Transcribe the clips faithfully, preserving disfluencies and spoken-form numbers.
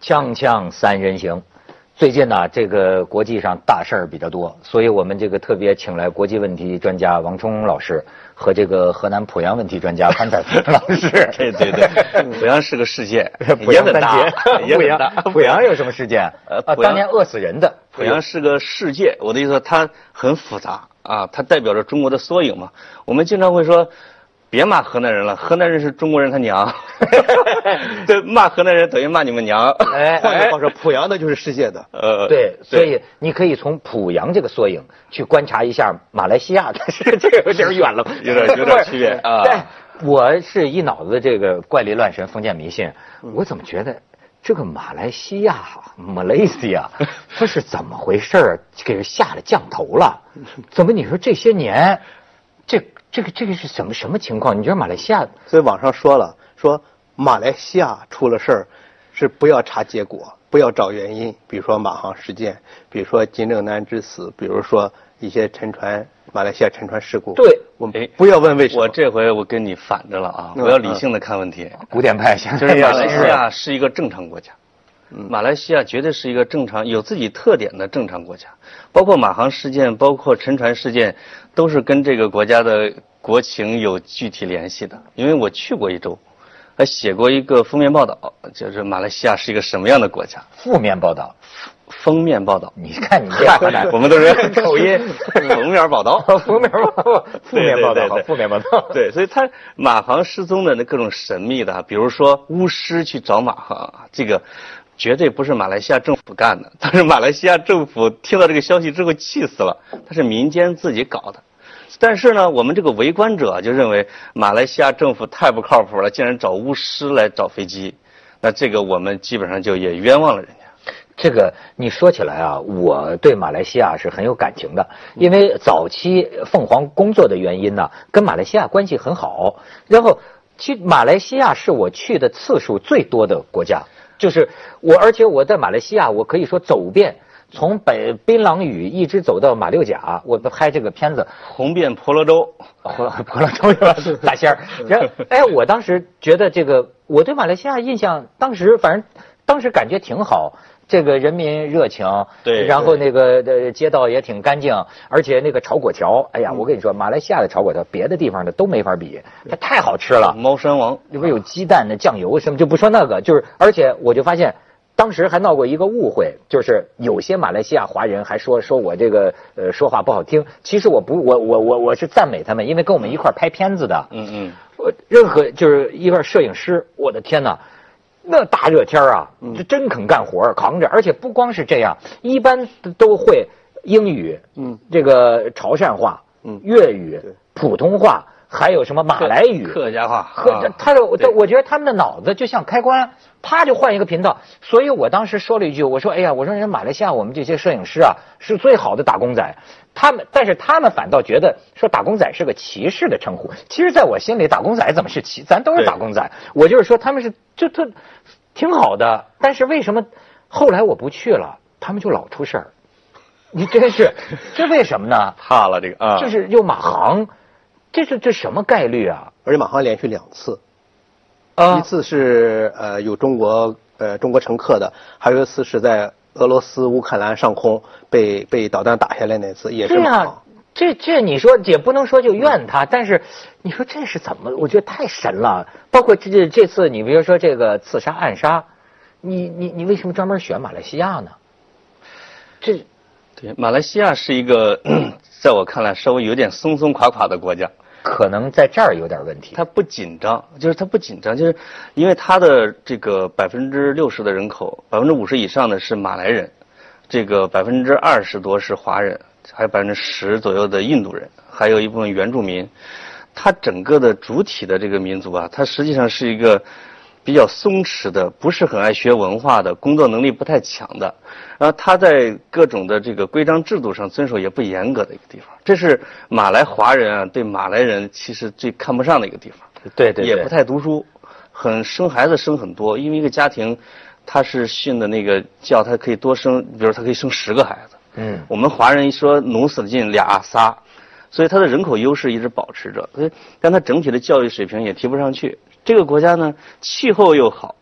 锵锵三人行，最近呢，这个国际上大事儿比较多，所以我们这个特别请来国际问题专家王冲老师和这个河南濮阳问题专家潘采夫老师。 对对对，濮阳是个事件， 濮阳很大， 也很大。 濮阳有什么事件？呃，当年饿死人的。 濮阳是个世界，我的意思说它很复杂啊，它代表着中国的缩影嘛。我们经常会说。别骂河南人了，河南人是中国人他娘。对，骂河南人等于骂你们娘。 哎，换句话说，濮阳的就是世界的。 呃，对，所以你可以从濮阳这个缩影去观察一下马来西亚，但是这个有点远了， 有点有点区别啊。 对，我是一脑子这个怪力乱神、封建迷信，我怎么觉得这个马来西亚、马来西亚，它是怎么回事？给人下了降头了？怎么你说这些年，这？这个这个是什么什么情况？你觉得马来西亚？ 所以网上说了，说马来西亚出了事儿，是不要查结果，不要找原因。比如说马航事件，比如说金正男之死，比如说一些沉船，马来西亚沉船事故。 对， 我们不要问为什么。 我这回我跟你反着了啊！我要理性的看问题。 古典派， 就是马来西亚是一个正常国家。马来西亚绝对是一个正常、有自己特点的正常国家，包括马航事件，包括沉船事件，都是跟这个国家的国情有具体联系的。因为我去过一周，还写过一个封面报道，就是马来西亚是一个什么样的国家。 负面报道， 封面报道。 你看你这河南， 我们都是口音。 封面报道， 封面报道，负面报道，负面报道。 对，所以他马航失踪的那各种神秘的，比如说巫师去找马航，这个。绝对不是马来西亚政府干的，但是马来西亚政府听到这个消息之后气死了，他是民间自己搞的。但是呢，我们这个围观者就认为马来西亚政府太不靠谱了，竟然找巫师来找飞机，那这个我们基本上就也冤枉了人家。 这个你说起来啊，我对马来西亚是很有感情的，因为早期凤凰工作的原因呢，跟马来西亚关系很好，然后其实马来西亚是我去的次数最多的国家。就是我，而且我在马来西亚，我可以说走遍，从北槟榔屿一直走到马六甲，我拍这个片子， 红遍婆罗洲， 婆婆罗洲是吧？大仙儿，然后哎，我当时觉得这个，我对马来西亚印象，当时反正当时感觉挺好。这个人民热情， 对， 然后那个呃街道也挺干净，而且那个炒粿条，哎呀，我跟你说，马来西亚的炒粿条，别的地方的都没法比，它太好吃了。 猫山王里边有鸡蛋的酱油什么，就不说那个，就是而且我就发现，当时还闹过一个误会，就是有些马来西亚华人还说说我这个呃说话不好听，其实我不，我我我我是赞美他们，因为跟我们一块拍片子的， 嗯嗯， 我任何就是一块摄影师，我的天哪！那大热天啊，这真肯干活，扛着，而且不光是这样，一般都会英语，嗯，这个潮汕话，嗯，粤语，普通话，还有什么马来语、 客家话， 客他的我我觉得他们的脑子就像开关，啪就换一个频道。所以我当时说了一句，我说哎呀，我说人马来西亚我们这些摄影师啊是最好的打工仔。他们，但是他们反倒觉得说打工仔是个歧视的称呼。其实，在我心里，打工仔怎么是歧？咱都是打工仔。我就是说，他们是就就挺好的。但是为什么后来我不去了，他们就老出事儿？你真是，这为什么呢？ 怕了这个啊， 就是又马航，这是这什么概率啊？ 而且马航连续两次， 啊， 一次是呃有中国呃中国乘客的，还有一次是在俄罗斯乌克兰上空被被导弹打下来那次，也是马航。 这这你说也不能说就怨他，但是你说这是怎么？我觉得太神了。包括这这次，你比如说这个刺杀暗杀，你你你为什么专门选马来西亚呢？这对马来西亚是一个在我看来稍微有点松松垮垮的国家。 可能在这儿有点问题。 它不紧张，就是它不紧张，就是因为它的这个百分之六十的人口，百分之五十以上的是马来人，这个百分之二十多是华人，还有百分之十左右的印度人，还有一部分原住民。它整个的主体的这个民族啊，它实际上是一个比较松弛的，不是很爱学文化的，工作能力不太强的。然后他在各种的这个规章制度上遵守也不严格的一个地方，这是马来华人啊对马来人其实最看不上的一个地方。 对对对， 也不太读书，很生孩子生很多，因为一个家庭他是信的那个教，他可以多生，比如他可以生十个孩子。嗯，我们华人一说努死了劲俩仨，所以他的人口优势一直保持着，所以但他整体的教育水平也提不上去。这个国家呢，气候又好。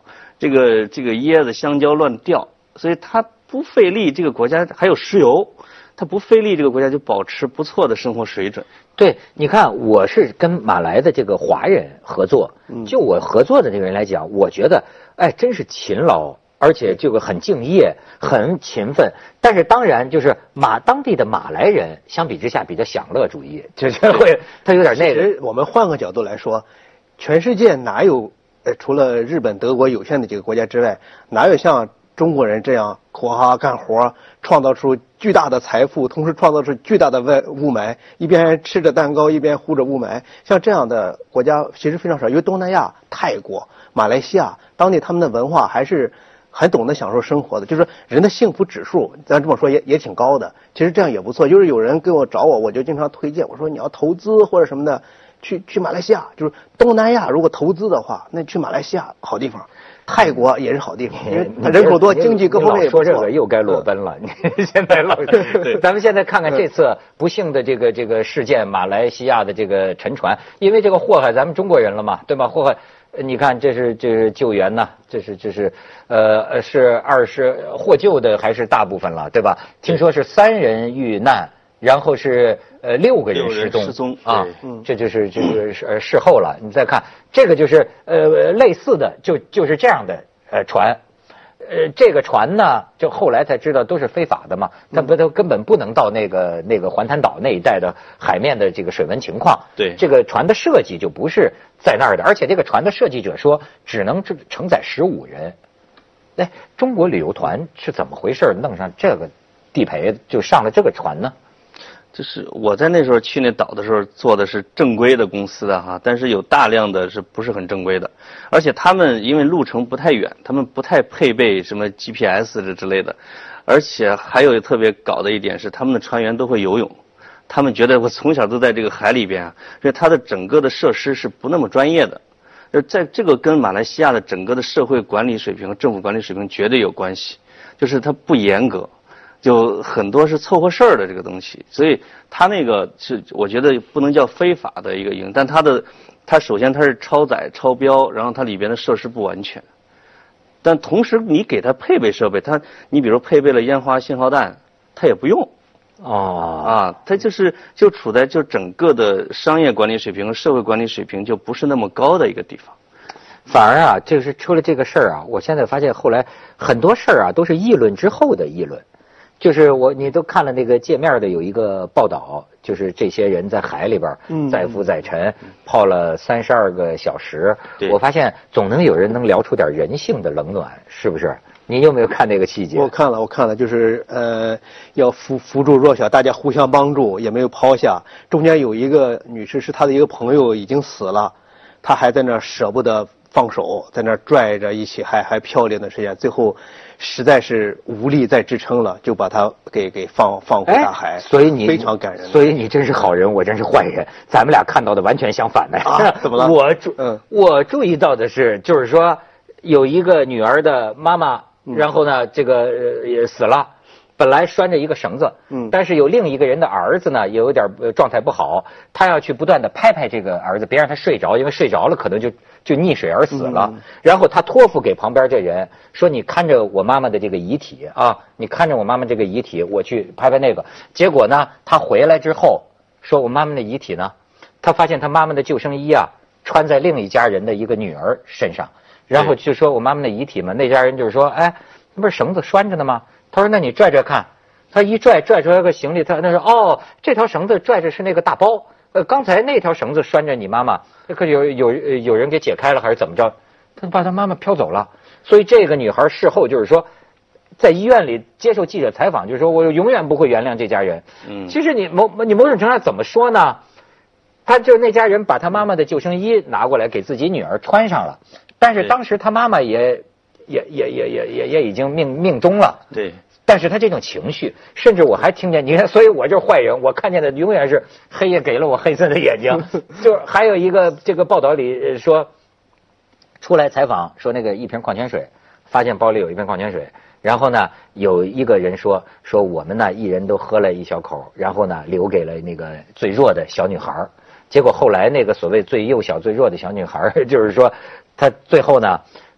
这个这个椰子、香蕉乱掉，所以它不费力，这个国家还有石油，它不费力，这个国家就保持不错的生活水准。 对，你看，我是跟马来的这个华人合作，就我合作的这个人来讲，我觉得，哎，真是勤劳。而且这个很敬业，很勤奋，但是当然就是马当地的马来人相比之下比较享乐主义，就是会他有点那个。 其实我们换个角度来说，全世界哪有呃除了日本、德国有限的几个国家之外，哪有像中国人这样苦哈哈干活，创造出巨大的财富，同时创造出巨大的外雾霾，一边吃着蛋糕一边呼着雾霾，像这样的国家其实非常少，因为东南亚、泰国、马来西亚当地他们的文化还是很懂得享受生活的，就是人的幸福指数，咱这么说也也挺高的。其实这样也不错。就是有人跟我找我，我就经常推荐，我说你要投资或者什么的，去去马来西亚，就是东南亚，如果投资的话，那去马来西亚好地方。泰国也是好地方，因为它人口多，经济各方面也不错。 说这个又该裸奔了，你现在老咱们现在看看这次不幸的这个这个事件，马来西亚的这个沉船，因为这个祸害咱们中国人了嘛，对吧？祸害。你看，这是这是救援呢，这是这是，呃，是二是获救的还是大部分了，对吧？听说是三人遇难，然后是呃六个人失踪， 失踪啊，这就是这个是呃事后了。你再看这个就是呃类似的，就就是这样的呃船。呃，这个船呢，就后来才知道都是非法的嘛，它不都根本不能到那个那个环滩岛那一带的海面的这个水文情况。 对， 这个船的设计就不是在那儿的，而且这个船的设计者说只能承载十五人。哎，中国旅游团是怎么回事？弄上这个地陪就上了这个船呢？ 就是我在那时候去那岛的时候做的是正规的公司的哈，但是有大量的是不是很正规的，而且他们因为路程不太远，他们不太配备什么 G P S 这之类的，而且还有特别搞的一点是他们的船员都会游泳，他们觉得我从小都在这个海里边啊，所以他的整个的设施是不那么专业的，在这个跟马来西亚的整个的社会管理水平、政府管理水平绝对有关系，就是它不严格。就很多是凑合事儿的这个东西，所以他那个是我觉得不能叫非法的一个营，但他的他首先他是超载超标，然后它里边的设施不完全，但同时你给他配备设备，他你比如配备了烟花信号弹，他也不用。 哦啊，他就是就处在就整个的商业管理水平和社会管理水平就不是那么高的一个地方。 反而啊，就是出了这个事儿啊，我现在发现后来很多事儿啊都是议论之后的议论。就是我，你都看了那个界面的有一个报道，就是这些人在海里边载浮载沉，泡了三十二个小时。我发现总能有人能聊出点人性的冷暖，是不是？你有没有看那个细节？ 我看了，我看了，就是呃，要扶扶助弱小，大家互相帮助，也没有抛下。中间有一个女士是她的一个朋友已经死了，她还在那舍不得放手，在那拽着一起还还漂亮的时间，最后实在是无力再支撑了，就把他给给放放回大海。 所以你非常感人。 所以你真是好人，我真是坏人，咱们俩看到的完全相反的。 啊、怎么了？ 我注嗯，我注意到的是，就是说有一个女儿的妈妈，然后呢，这个呃也死了。本来拴着一个绳子，嗯，但是有另一个人的儿子呢，也有点状态不好，他要去不断的拍拍这个儿子，别让他睡着，因为睡着了可能就就溺水而死了。嗯、然后他托付给旁边这人说：“你看着我妈妈的这个遗体啊，你看着我妈妈这个遗体，我去拍拍那个。”结果呢，他回来之后说：“我妈妈的遗体呢？”他发现他妈妈的救生衣啊穿在另一家人的一个女儿身上，然后就说：“我妈妈的遗体嘛。”那家人就是说：“哎，那不是绳子拴着呢吗？”他说：“那你拽拽看。”他一拽，拽出来个行李，他那说：“哦，这条绳子拽着是那个大包。呃，刚才那条绳子拴着你妈妈，可有有有人给解开了还是怎么着？他把他妈妈飘走了。所以这个女孩事后就是说，在医院里接受记者采访，就是说我永远不会原谅这家人。嗯，其实你某你某种程度上怎么说呢？他就那家人把他妈妈的救生衣拿过来给自己女儿穿上了，但是当时他妈妈也。也也也也也也已经命命中了， 对。 但是他这种情绪，甚至我还听见，你看，所以我就是坏人，我看见的永远是黑夜给了我黑色的眼睛。就还有一个这个报道里说，出来采访说那个一瓶矿泉水，发现包里有一瓶矿泉水，然后呢有一个人说说我们呢一人都喝了一小口，然后呢留给了那个最弱的小女孩。结果后来那个所谓最幼小最弱的小女孩，就是说她最后呢。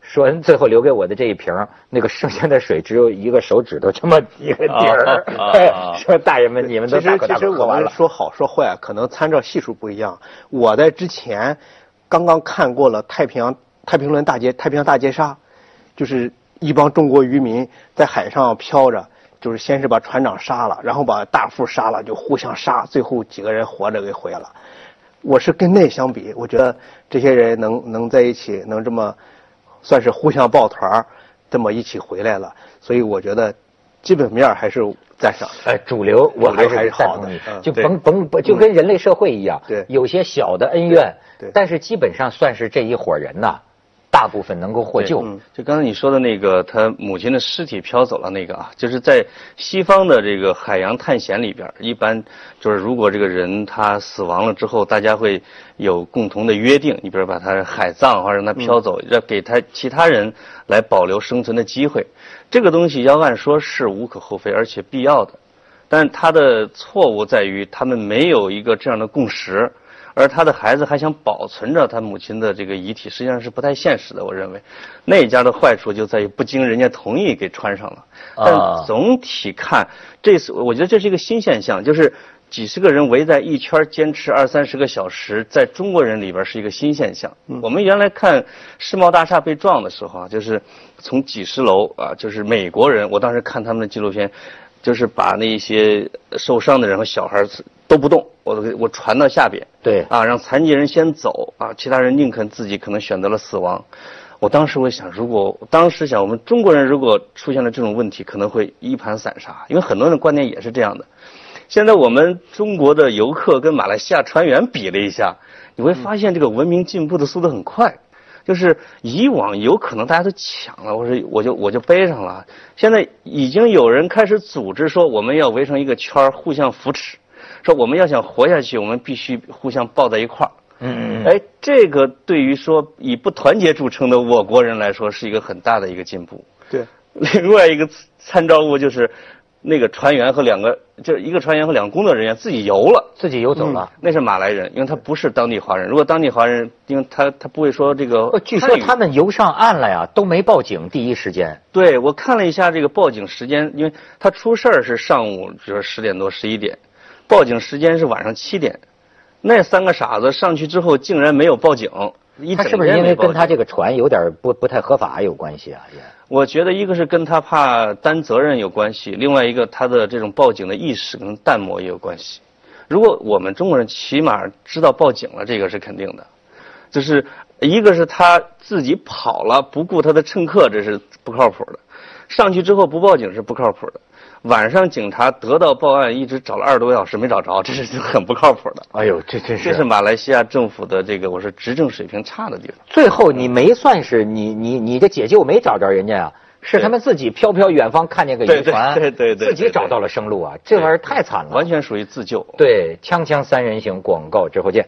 说最后留给我的这一瓶，那个剩下的水只有一个手指头这么一个底儿。说大爷们，你们都大口大口喝完了。 其实我们说好说坏，可能参照系数不一样。我在之前刚刚看过了太平洋太平轮大劫太平洋大劫杀，就是一帮中国渔民在海上漂着，就是先是把船长杀了，然后把大副杀了，就互相杀，最后几个人活着给毁了。我是跟那相比，我觉得这些人能能在一起，能这么算是互相抱团，这么一起回来了，所以我觉得基本面还是赞赏。 哎，主流我还是赞同你，就甭甭甭，就跟人类社会一样， 对， 有些小的恩怨， 对， 但是基本上算是这一伙人呐，大部分能够获救。 嗯，就刚才你说的那个，他母亲的尸体飘走了那个啊，就是在西方的这个海洋探险里边，一般就是如果这个人他死亡了之后，大家会有共同的约定，你比如把他海葬或者让他飘走，要给他其他人来保留生存的机会。这个东西要按说是无可厚非而且必要的，但他的错误在于他们没有一个这样的共识。而他的孩子还想保存着他母亲的这个遗体，实际上是不太现实的。我认为，那一家的坏处就在于不经人家同意给穿上了。但总体看，这次我觉得这是一个新现象，就是几十个人围在一圈坚持二三十个小时，在中国人里边是一个新现象。嗯、我们原来看世贸大厦被撞的时候啊，就是从几十楼啊，就是美国人，我当时看他们的纪录片，就是把那些受伤的人和小孩都不动，我我传到下边， 对啊，让残疾人先走啊，其他人宁肯自己可能选择了死亡。我当时我想，如果当时想我们中国人如果出现了这种问题，可能会一盘散沙，因为很多人的观点也是这样的。现在我们中国的游客跟马来西亚船员比了一下，你会发现这个文明进步的速度很快。就是以往有可能大家都抢了，我说我就我就背上了，现在已经有人开始组织说我们要围成一个圈，互相扶持，说我们要想活下去，我们必须互相抱在一块儿。嗯，哎，这个对于说以不团结著称的我国人来说，是一个很大的一个进步。 对， 另外一个参照物就是那个船员和两个，就是一个船员和两个工作人员自己游了， 自己游走了、 嗯。那是马来人，因为他不是当地华人。如果当地华人，因为他他不会说这个。 据说他们游上岸了呀，都没报警，第一时间。 对，我看了一下这个报警时间，因为他出事儿是上午，比如说十点多、十一点，报警时间是晚上七点。那三个傻子上去之后，竟然没有报警。 他是不是因为跟他这个船有点不不太合法有关系啊？也。 我觉得一个是跟他怕担责任有关系，另外一个他的这种报警的意识跟淡漠也有关系。如果我们中国人起码知道报警了，这个是肯定的。就是一个是他自己跑了，不顾他的乘客，这是不靠谱的。上去之后不报警是不靠谱的。晚上警察得到报案，一直找了二十多个小时没找着，这是很不靠谱的。 哎呦，这真是这是马来西亚政府的这个我说执政水平差的地方。 最后你没算是你你你的解救没找着人家啊，是他们自己飘飘远方看见个渔船， 对对 对, 对, 对， 自己找到了生路啊，这玩意儿太惨了， 完全属于自救。 对，锵锵三人行，广告之后见。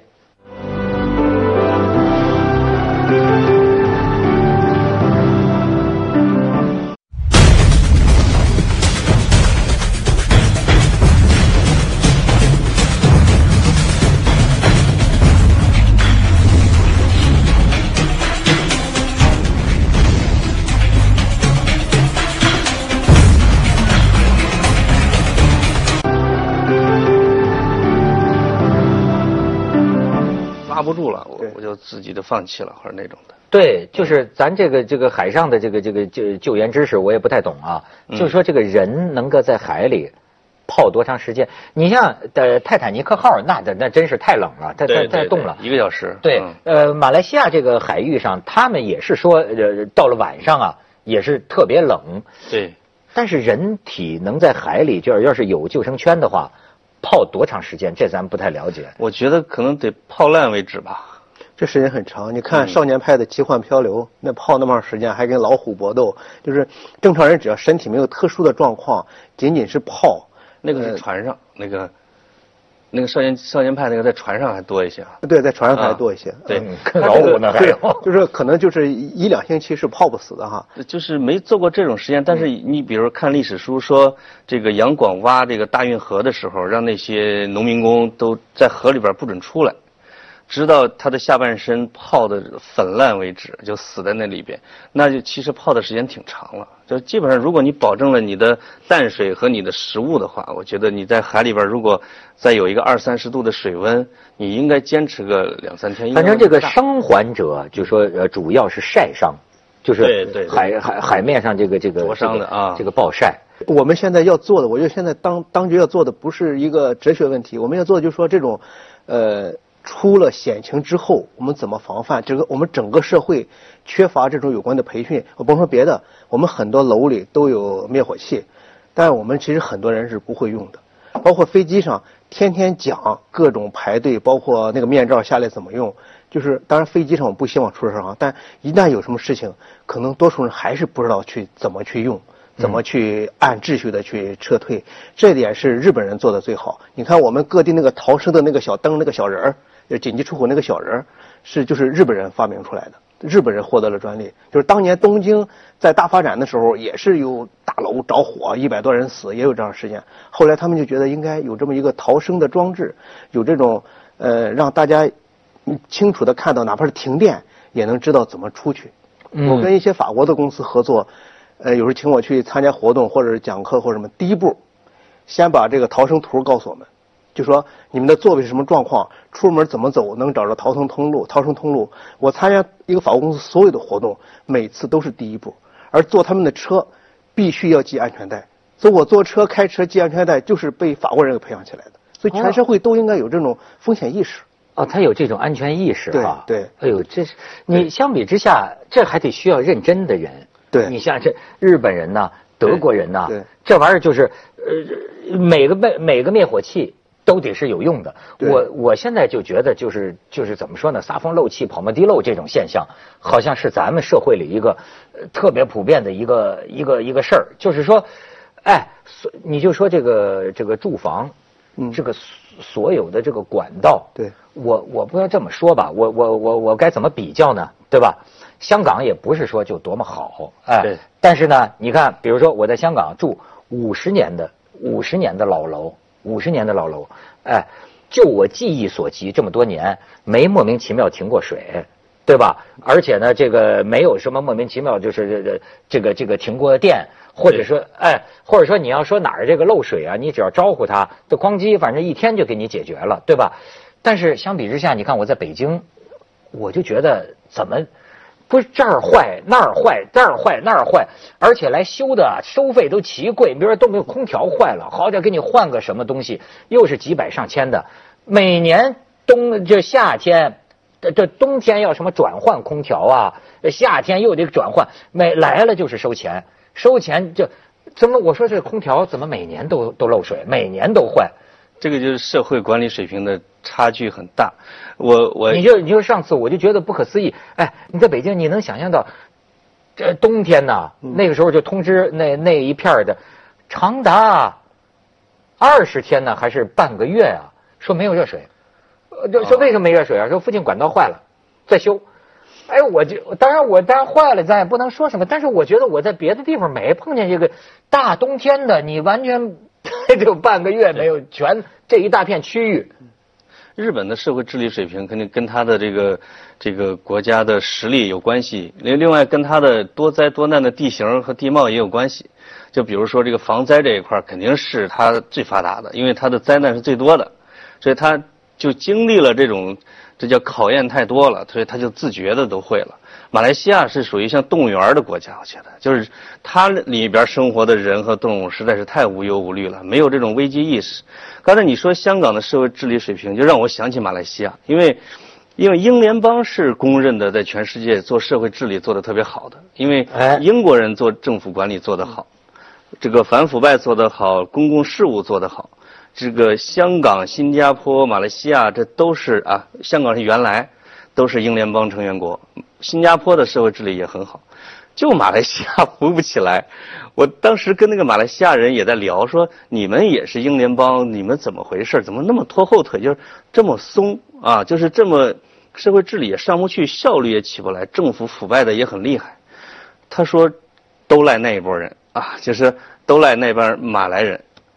拉不住了，我我就自己就放弃了，或者那种的。 对，就是咱这个这个海上的这个这个救救援知识我也不太懂啊， 嗯、 就是说这个人能够在海里泡多长时间？你像的泰坦尼克号，那那真是太冷了，太太太冻了， 一个小时。 对，嗯、呃，马来西亚这个海域上，他们也是说，呃，到了晚上啊，也是特别冷。 对。 但是人体能在海里，就是要是有救生圈的话，泡多长时间？这咱不太了解。 我觉得可能得泡烂为止吧。 这时间很长，你看少年派的奇幻漂流，嗯、那泡那么长时间，还跟老虎搏斗，就是正常人只要身体没有特殊的状况，仅仅是泡， 那个是船上、呃、那个，那个少年少年派那个在船上还多一些啊。 对，在船上还多一些。啊、 对， 跟老虎呢还有， 就是可能就是一两星期是泡不死的哈。 就是没做过这种实验，但是你比如看历史书说，这个杨广挖这个大运河的时候，让那些农民工都在河里边不准出来。 直到他的下半身泡的粉烂为止，就死在那里边。那就其实泡的时间挺长了。就基本上，如果你保证了你的淡水和你的食物的话，我觉得你在海里边如果再有一个二三十度的水温，你应该坚持个两三天。 反正这个生还者，就说呃，主要是晒伤，就是对对海海海面上这个这个灼伤的啊， 这个暴晒。 我们现在要做的，我觉得现在当当局要做的不是一个哲学问题，我们要做的就是说这种，呃，出了险情之后，我们怎么防范？这个我们整个社会缺乏这种有关的培训。我甭说别的，我们很多楼里都有灭火器，但我们其实很多人是不会用的。包括飞机上天天讲各种排队，包括那个面罩下来怎么用。就是当然飞机上我们不希望出事啊，但一旦有什么事情，可能多数人还是不知道去怎么去用。怎么去按秩序的去撤退，这点是日本人做的最好。你看我们各地那个逃生的那个小灯，那个小人儿，就紧急出口那个小人儿，是就是日本人发明出来的，日本人获得了专利。就是当年东京在大发展的时候，也是有大楼着火，一百多人死，也有这样的事件。后来他们就觉得应该有这么一个逃生的装置，有这种呃让大家清楚的看到，哪怕是停电也能知道怎么出去。嗯、我跟一些法国的公司合作。呃，有时候请我去参加活动或者是讲课或者什么，第一步，先把这个逃生图告诉我们，就说你们的座位是什么状况，出门怎么走能找着逃生通路，逃生通路。我参加一个法国公司所有的活动，每次都是第一步，而坐他们的车必须要系安全带。所以我坐车开车系安全带，就是被法国人给培养起来的。所以全社会都应该有这种风险意识。 哦，他有这种安全意识啊。 对对。 哎呦，这是你相比之下，这还得需要认真的人。 对， 你像这日本人呐，德国人呐，这玩意儿就是呃，每个每每个灭火器都得是有用的。我我现在就觉得就是就是怎么说呢，撒风漏气、跑马地漏这种现象，好像是咱们社会里一个、呃、特别普遍的一个一个一个事儿。就是说，哎，你就说这个这个住房，嗯，这个所有的这个管道， 对， 我我不要这么说吧，我我我我该怎么比较呢？对吧？香港也不是说就多么好，哎， 对。 但是呢，你看，比如说我在香港住五十年的五十年的老楼，五十年的老楼，哎，就我记忆所及，这么多年没莫名其妙停过水，对吧？而且呢，这个没有什么莫名其妙，就是这个这个这个停过电，或者说，哎，或者说你要说哪儿这个漏水啊，你只要招呼他，这哐叽，反正一天就给你解决了，对吧？但是相比之下，你看我在北京，我就觉得怎么？不是这儿坏那儿坏这儿坏那儿坏，而且来修的收费都奇贵。比如说都没有空调坏了，好歹给你换个什么东西，又是几百上千的。每年冬这夏天，这这冬天要什么转换空调啊，夏天又得转换，每来了就是收钱，收钱就怎么我说这空调怎么每年都都漏水，每年都坏。 这个就是社会管理水平的差距很大。我我你就你就上次我就觉得不可思议，哎，你在北京你能想象到，这冬天呐，嗯、那个时候就通知那那一片的，长达二十天呢还是半个月啊，说没有热水，呃，说为什么没热水啊？说附近管道坏了，在修。哎，我就当然我当然坏了，咱也不能说什么，但是我觉得我在别的地方没碰见这个大冬天的，你完全。就半个月没有全这一大片区域。 日本的社会治理水平肯定跟他的这个这个国家的实力有关系，另另外跟他的多灾多难的地形和地貌也有关系。就比如说这个防灾这一块肯定是他最发达的，因为他的灾难是最多的，所以他就经历了这种这叫考验太多了，所以他就自觉的都会了。马来西亚是属于像动物园的国家，我觉得就是它里边生活的人和动物实在是太无忧无虑了，没有这种危机意识。刚才你说香港的社会治理水平，就让我想起马来西亚，因为因为英联邦是公认的在全世界做社会治理做得特别好的，因为英国人做政府管理做得好，这个反腐败做得好，公共事务做得好。这个香港、新加坡、马来西亚这都是啊，香港是原来都是英联邦成员国，新加坡的社会治理也很好，就马来西亚扶不起来。我当时跟那个马来西亚人也在聊，说你们也是英联邦，你们怎么回事？怎么那么拖后腿，就是这么松啊？就是这么社会治理也上不去，效率也起不来，政府腐败的也很厉害。他说，都赖那一拨人啊，就是都赖那帮马来人。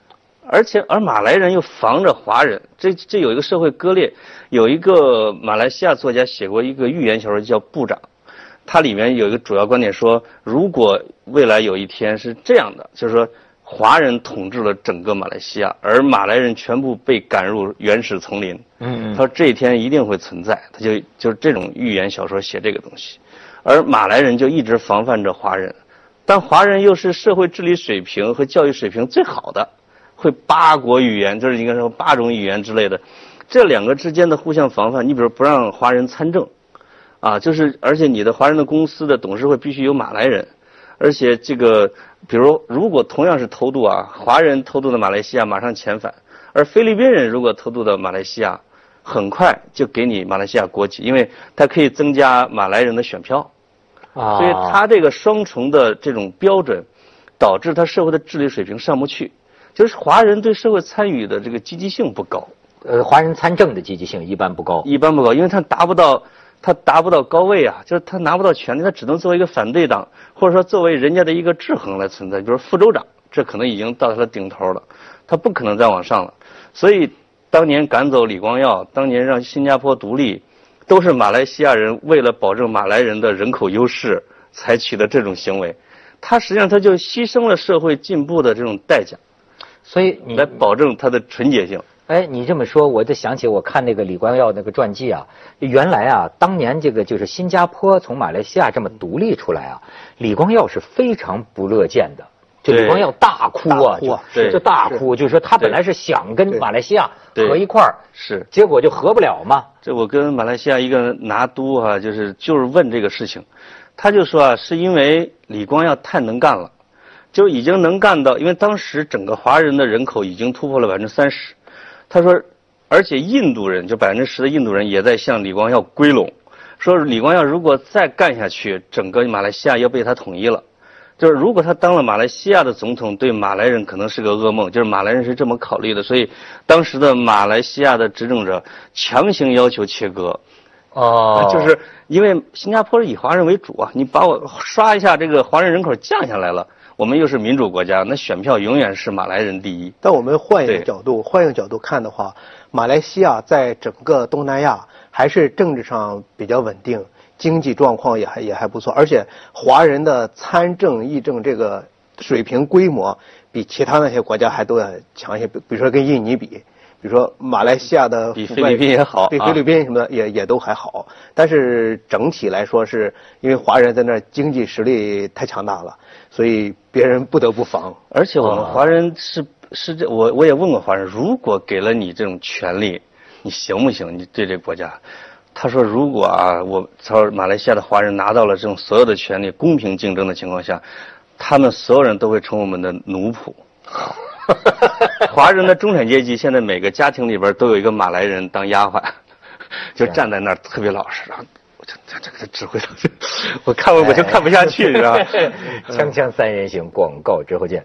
而且而马来人又防着华人，这这有一个社会割裂。有一个马来西亚作家写过一个寓言小说叫《部长》，它里面有一个主要观点说，如果未来有一天是这样的，就是说华人统治了整个马来西亚，而马来人全部被赶入原始丛林。嗯，他说这一天一定会存在，他就就是这种寓言小说写这个东西，而马来人就一直防范着华人，但华人又是社会治理水平和教育水平最好的，会八国语言，就是应该说八种语言之类的。这两个之间的互相防范，你比如不让华人参政，啊，就是而且你的华人的公司的董事会必须有马来人，而且这个比如如果同样是偷渡啊，华人偷渡的马来西亚马上遣返，而菲律宾人如果偷渡到马来西亚，很快就给你马来西亚国籍，因为它可以增加马来人的选票，啊，所以他这个双重的这种标准，导致他社会的治理水平上不去，就是华人对社会参与的这个积极性不高。 呃，华人参政的积极性一般不高， 一般不高，因为他达不到，他达不到高位啊，就是他拿不到权力，他只能作为一个反对党，或者说作为人家的一个制衡来存在。比如副州长，这可能已经到他的顶头了，他不可能再往上了。所以当年赶走李光耀，当年让新加坡独立，都是马来西亚人为了保证马来人的人口优势采取的这种行为，他实际上他就牺牲了社会进步的这种代价， 所以你来保证它的纯洁性。 哎，你这么说，我就想起我看那个李光耀那个传记啊，原来啊，当年这个就是新加坡从马来西亚这么独立出来啊，李光耀是非常不乐见的，就李光耀大哭啊， 哭啊就就大哭，就是说他本来是想跟马来西亚合一块儿， 是， 结果就合不了嘛。 这我跟马来西亚一个拿督啊，就是就是问这个事情，他就说啊，是因为李光耀太能干了，就已经能干到，因为当时整个华人的人口已经突破了百分之三十。他说，而且印度人就百分之十的印度人也在向李光耀归拢，说李光耀如果再干下去，整个马来西亚要被他统一了。就是如果他当了马来西亚的总统，对马来人可能是个噩梦。就是马来人是这么考虑的，所以当时的马来西亚的执政者强行要求切割。 哦， 就是因为新加坡是以华人为主啊，你把我刷一下这个华人人口降下来了。我们又是民主国家，那选票永远是马来人第一。 但我们换一个角度，换一个角度看的话，马来西亚在整个东南亚还是政治上比较稳定，经济状况也还也还不错，而且华人的参政议政这个水平规模比其他那些国家还都要强一些。比如说跟印尼比，比如说马来西亚的比菲律宾也好， 比菲律宾什么的也也都还好。但是整体来说，是因为华人在那儿经济实力太强大了，所以别人不得不防。 而且我们华人是是这，我我也问过华人，如果给了你这种权利，你行不行？你对这个国家？他说，如果啊，我操，马来西亚的华人拿到了这种所有的权利，公平竞争的情况下，他们所有人都会成为我们的奴仆。华人的中产阶级现在每个家庭里边都有一个马来人当丫鬟，就站在那儿特别老实，然后我就这这个指挥，我看我我就看不下去，是吧？ 锵锵三人行，广告之后见。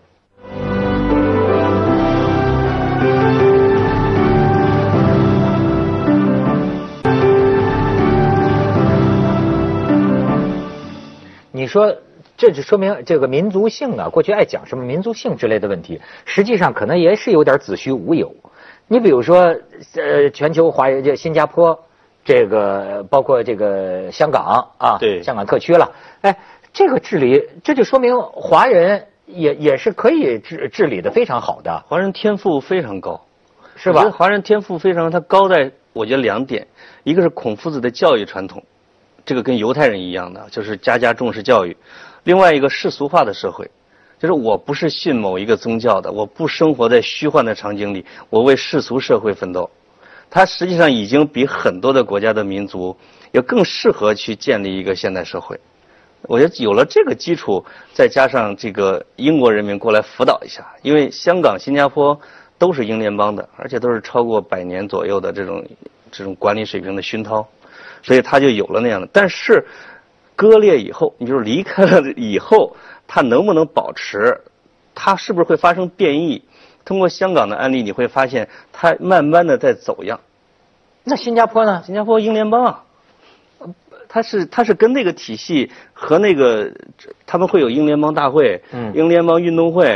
你说，这就说明这个民族性啊，过去爱讲什么民族性之类的问题，实际上可能也是有点子虚乌有。你比如说，呃，全球华人，这新加坡，这个包括这个香港啊， 对， 香港特区了，哎，这个治理，这就说明华人也也是可以治治理的非常好的。 华人天赋非常高， 是吧？ 华人天赋非常，它高在我觉得两点，一个是孔夫子的教育传统。这个跟犹太人一样的，就是家家重视教育。另外一个世俗化的社会，就是我不是信某一个宗教的，我不生活在虚幻的场景里，我为世俗社会奋斗。它实际上已经比很多的国家的民族要更适合去建立一个现代社会。我觉得有了这个基础，再加上这个英国人民过来辅导一下，因为香港、新加坡都是英联邦的，而且都是超过百年左右的这种这种管理水平的熏陶。所以他就有了那样的，但是割裂以后，你就是离开了以后，他能不能保持？他是不是会发生变异？通过香港的案例，你会发现他慢慢的在走样。 那新加坡呢？ 新加坡英联邦啊，他是他是跟那个体系和那个他们会有英联邦大会、嗯、英联邦运动会，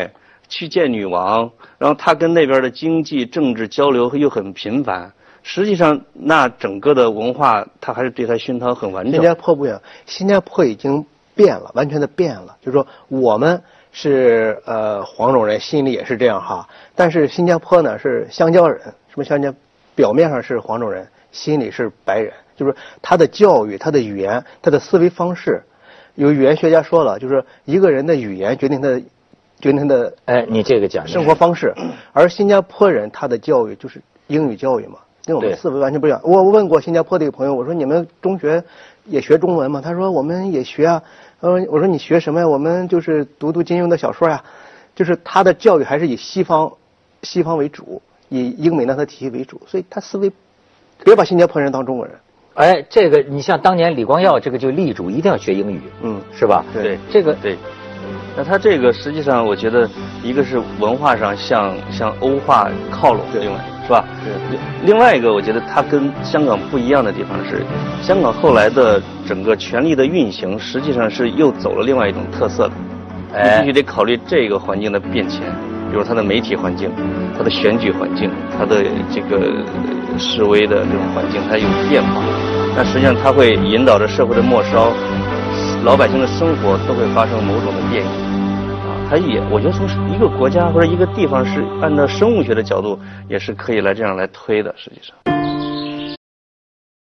去见女王，然后他跟那边的经济、政治交流又很频繁。实际上，那整个的文化，他还是对他熏陶很完整。 新加坡不一样，新加坡已经变了，完全的变了。就是说，我们是呃黄种人，心里也是这样哈。但是新加坡呢是香蕉人，什么香蕉？表面上是黄种人，心里是白人。就是他的教育、他的语言、他的思维方式，有语言学家说了，就是一个人的语言决定他的决定他的哎，你这个讲生活方式。而新加坡人他的教育就是英语教育嘛。跟我们思维完全不一样。我问过新加坡的一个朋友，我说你们中学也学中文吗？他说我们也学啊。呃，我说你学什么呀？我们就是读读金庸的小说呀。就是他的教育还是以西方西方为主，以英美那套体系为主，所以他思维别把新加坡人当中国人。 哎，这个你像当年李光耀这个就力主一定要学英语， 嗯， 是吧？ 对， 这个对。那他这个实际上，我觉得一个是文化上向向欧化靠拢，另外是吧？ 对。 另外一个，我觉得它跟香港不一样的地方是，香港后来的整个权力的运行，实际上是又走了另外一种特色的。 哎， 你必须得考虑这个环境的变迁，比如它的媒体环境、它的选举环境、它的这个示威的这种环境，它有变化。那实际上它会引导着社会的末梢，老百姓的生活都会发生某种的变异。它也，我觉得从一个国家或者一个地方是按照生物学的角度，也是可以来这样来推的，实际上。